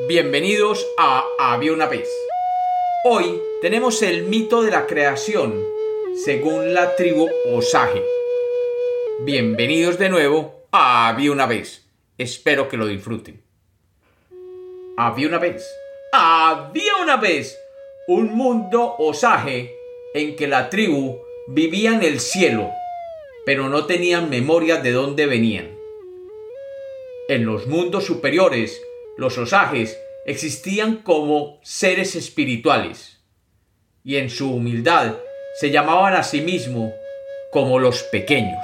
Bienvenidos a Había una vez. Hoy tenemos el mito de la creación según la tribu Osage. Bienvenidos de nuevo a Había una vez. Espero que lo disfruten. Había una vez un mundo Osage en que la tribu vivía en el cielo, pero no tenían memoria de dónde venían. En los mundos superiores, los Osages existían como seres espirituales y en su humildad se llamaban a sí mismos como los pequeños.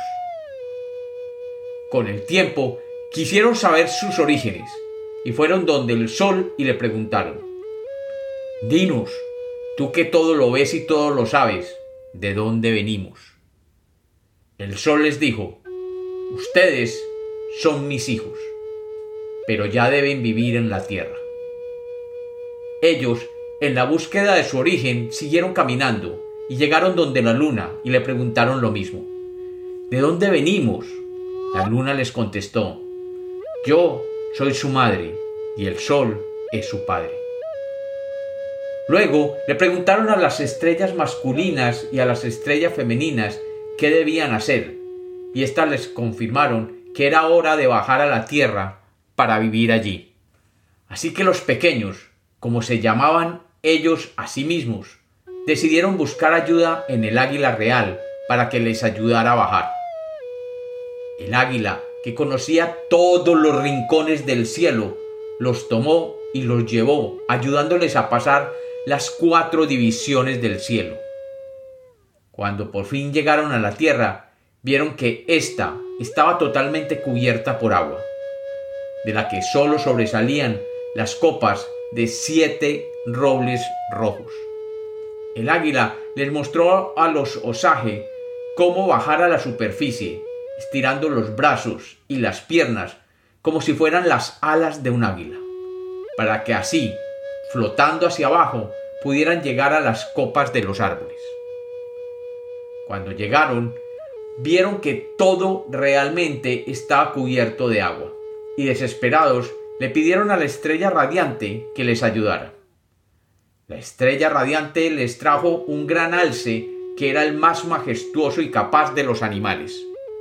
Con el tiempo quisieron saber sus orígenes y fueron donde el sol y le preguntaron: «Dinos, tú que todo lo ves y todo lo sabes, ¿de dónde venimos?». El sol les dijo: «Ustedes son mis hijos, pero ya deben vivir en la tierra». Ellos, en la búsqueda de su origen, siguieron caminando y llegaron donde la luna y le preguntaron lo mismo: «¿De dónde venimos?». La luna les contestó: «Yo soy su madre y el sol es su padre». Luego le preguntaron a las estrellas masculinas y a las estrellas femeninas qué debían hacer, y éstas les confirmaron que era hora de bajar a la tierra para vivir allí. Así que los pequeños, como se llamaban ellos a sí mismos, decidieron buscar ayuda en el águila real para que les ayudara a bajar. El águila, que conocía todos los rincones del cielo, los tomó y los llevó, ayudándoles a pasar las 4 divisiones del cielo. Cuando por fin llegaron a la tierra, vieron que ésta estaba totalmente cubierta por agua, de la que solo sobresalían las copas de 7 robles rojos. El águila les mostró a los Osage cómo bajar a la superficie, estirando los brazos y las piernas como si fueran las alas de un águila, para que así, flotando hacia abajo, pudieran llegar a las copas de los árboles. Cuando llegaron, vieron que todo realmente estaba cubierto de agua, y desesperados le pidieron a la estrella radiante que les ayudara. La estrella radiante les trajo un gran alce que era el más majestuoso y capaz de los animales.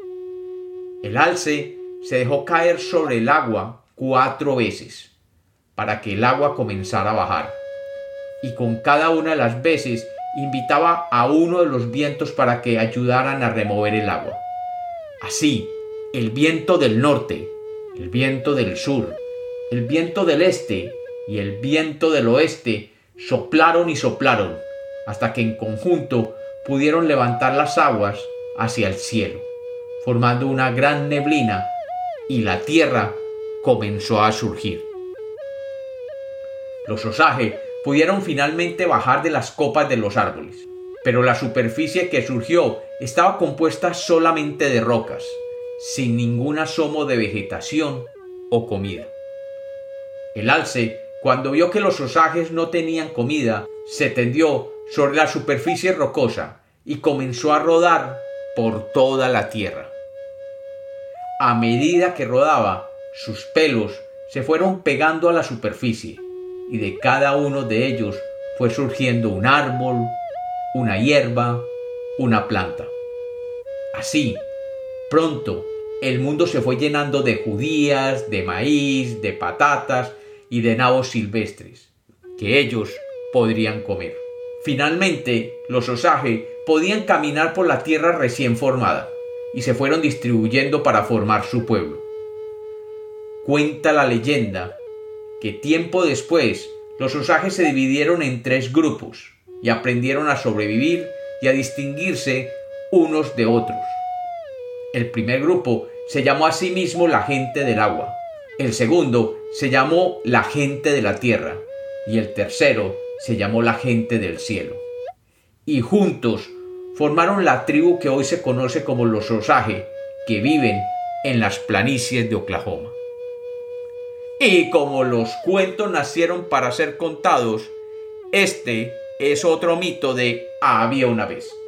El alce se dejó caer sobre el agua 4 veces para que el agua comenzara a bajar, y con cada una de las veces invitaba a uno de los vientos para que ayudaran a remover el agua. Así, el viento del norte, el viento del sur, el viento del este y el viento del oeste soplaron y soplaron hasta que en conjunto pudieron levantar las aguas hacia el cielo, formando una gran neblina, y la tierra comenzó a surgir. Los Osage pudieron finalmente bajar de las copas de los árboles, pero la superficie que surgió estaba compuesta solamente de rocas, sin ningún asomo de vegetación o comida. El alce, cuando vio que los Osages no tenían comida, se tendió sobre la superficie rocosa y comenzó a rodar por toda la tierra. A medida que rodaba, sus pelos se fueron pegando a la superficie, y de cada uno de ellos fue surgiendo un árbol, una hierba, una planta. Así, pronto, el mundo se fue llenando de judías, de maíz, de patatas y de nabos silvestres, que ellos podrían comer. Finalmente, los Osage podían caminar por la tierra recién formada, y se fueron distribuyendo para formar su pueblo. Cuenta la leyenda que tiempo después los Osage se dividieron en 3 grupos y aprendieron a sobrevivir y a distinguirse unos de otros. El primer grupo se llamó a sí mismo la gente del agua, el segundo se llamó la gente de la tierra y el tercero se llamó la gente del cielo. Y juntos formaron la tribu que hoy se conoce como los Osage, que viven en las planicies de Oklahoma. Y como los cuentos nacieron para ser contados, este es otro mito de Había una vez.